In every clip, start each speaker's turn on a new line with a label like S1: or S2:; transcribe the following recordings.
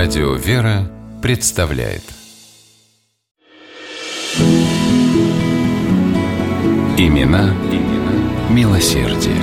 S1: Радио «Вера» представляет Имена милосердия.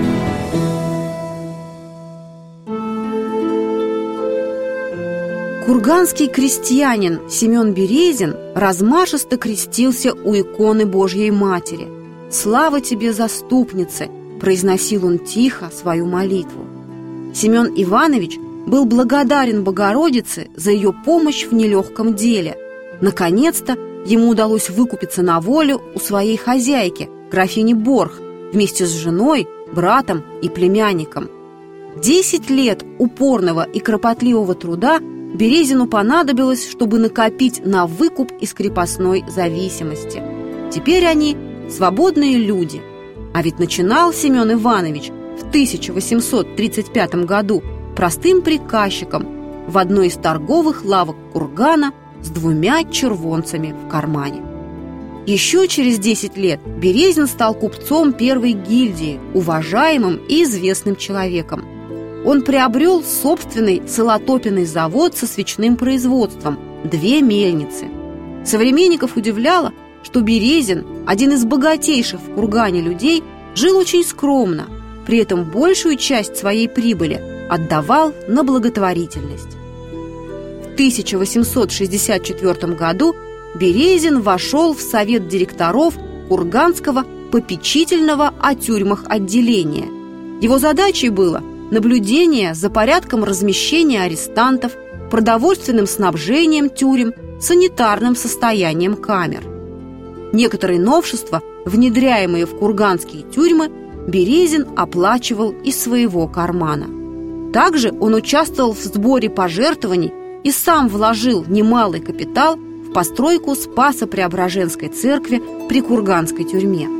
S2: Курганский крестьянин Семен Березин размашисто крестился у иконы Божьей Матери. «Слава тебе, заступнице!» – произносил он тихо свою молитву. Семен Иванович был благодарен Богородице за ее помощь в нелегком деле. Наконец-то ему удалось выкупиться на волю у своей хозяйки, графини Борх, вместе с женой, братом и племянником. 10 лет упорного и кропотливого труда Березину понадобилось, чтобы накопить на выкуп из крепостной зависимости. Теперь они свободные люди. А ведь начинал Семен Иванович в 1835 году простым приказчиком в одной из торговых лавок Кургана с 2 червонцами в кармане. Еще через 10 лет Березин стал купцом первой гильдии, уважаемым и известным человеком. Он приобрел собственный солотопенный завод со свечным производством, 2 мельницы. Современников удивляло, что Березин, один из богатейших в Кургане людей, жил очень скромно, при этом большую часть своей прибыли отдавал на благотворительность. В 1864 году Березин вошел в совет директоров Курганского попечительного о тюрьмах отделения. Его задачей было наблюдение за порядком размещения арестантов, продовольственным снабжением тюрем, санитарным состоянием камер. Некоторые новшества, внедряемые в курганские тюрьмы, Березин оплачивал из своего кармана. Также он участвовал в сборе пожертвований и сам вложил немалый капитал в постройку Спасо-Преображенской церкви при Курганской тюрьме.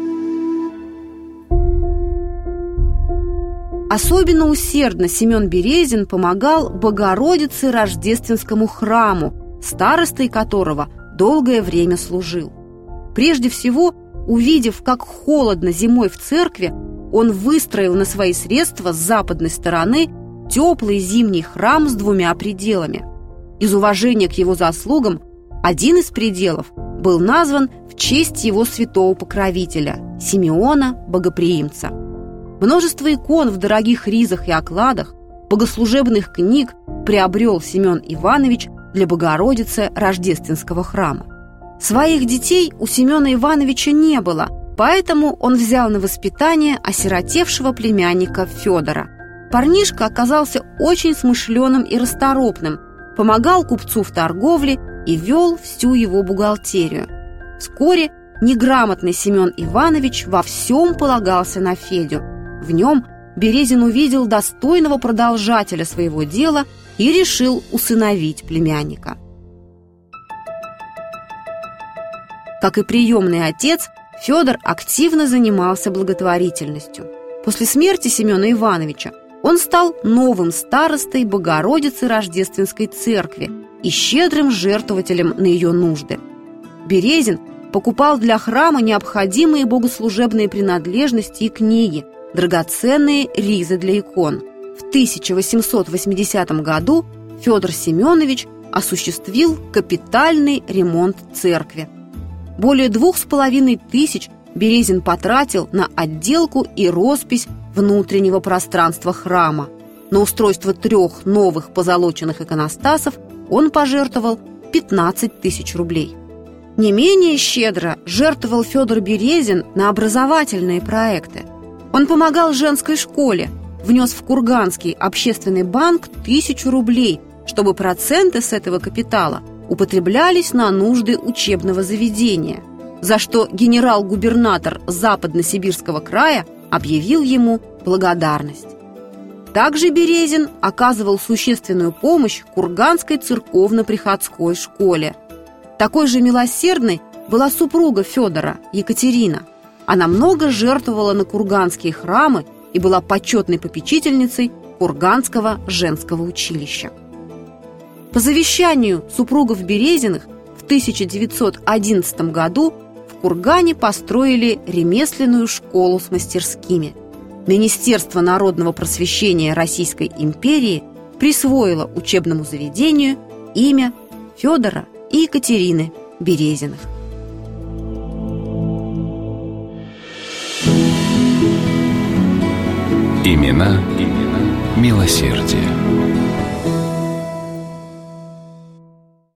S2: Особенно усердно Семен Березин помогал Богородице Рождественскому храму, старостой которого долгое время служил. Прежде всего, увидев, как холодно зимой в церкви, он выстроил на свои средства с западной стороны теплый зимний храм с 2 пределами. Из уважения к его заслугам один из пределов был назван в честь его святого покровителя – Симеона Богоприимца. Множество икон в дорогих ризах и окладах, богослужебных книг приобрел Семен Иванович для Богородицы Рождественского храма. Своих детей у Семена Ивановича не было, поэтому он взял на воспитание осиротевшего племянника Федора. Парнишка оказался очень смышленым и расторопным, помогал купцу в торговле и вел всю его бухгалтерию. Вскоре неграмотный Семен Иванович во всем полагался на Федю. В нем Березин увидел достойного продолжателя своего дела и решил усыновить племянника. Как и приемный отец, Федор активно занимался благотворительностью. После смерти Семена Ивановича он стал новым старостой Богородицы Рождественской церкви и щедрым жертвователем на ее нужды. Березин покупал для храма необходимые богослужебные принадлежности и книги, драгоценные ризы для икон. В 1880 году Федор Семенович осуществил капитальный ремонт церкви. Более 2500 Березин потратил на отделку и роспись внутреннего пространства храма. На устройство 3 новых позолоченных иконостасов он пожертвовал 15 000 рублей. Не менее щедро жертвовал Федор Березин на образовательные проекты. Он помогал женской школе, внес в Курганский общественный банк 1000 рублей, чтобы проценты с этого капитала употреблялись на нужды учебного заведения, за что генерал-губернатор Западно-Сибирского края объявил ему благодарность. Также Березин оказывал существенную помощь Курганской церковно-приходской школе. Такой же милосердной была супруга Федора, Екатерина. Она много жертвовала на курганские храмы и была почетной попечительницей Курганского женского училища. По завещанию супругов Березиных в 1911 году в Кургане построили ремесленную школу с мастерскими. Министерство народного просвещения Российской империи присвоила учебному заведению имя Федора и Екатерины Березиных.
S1: Имена милосердия.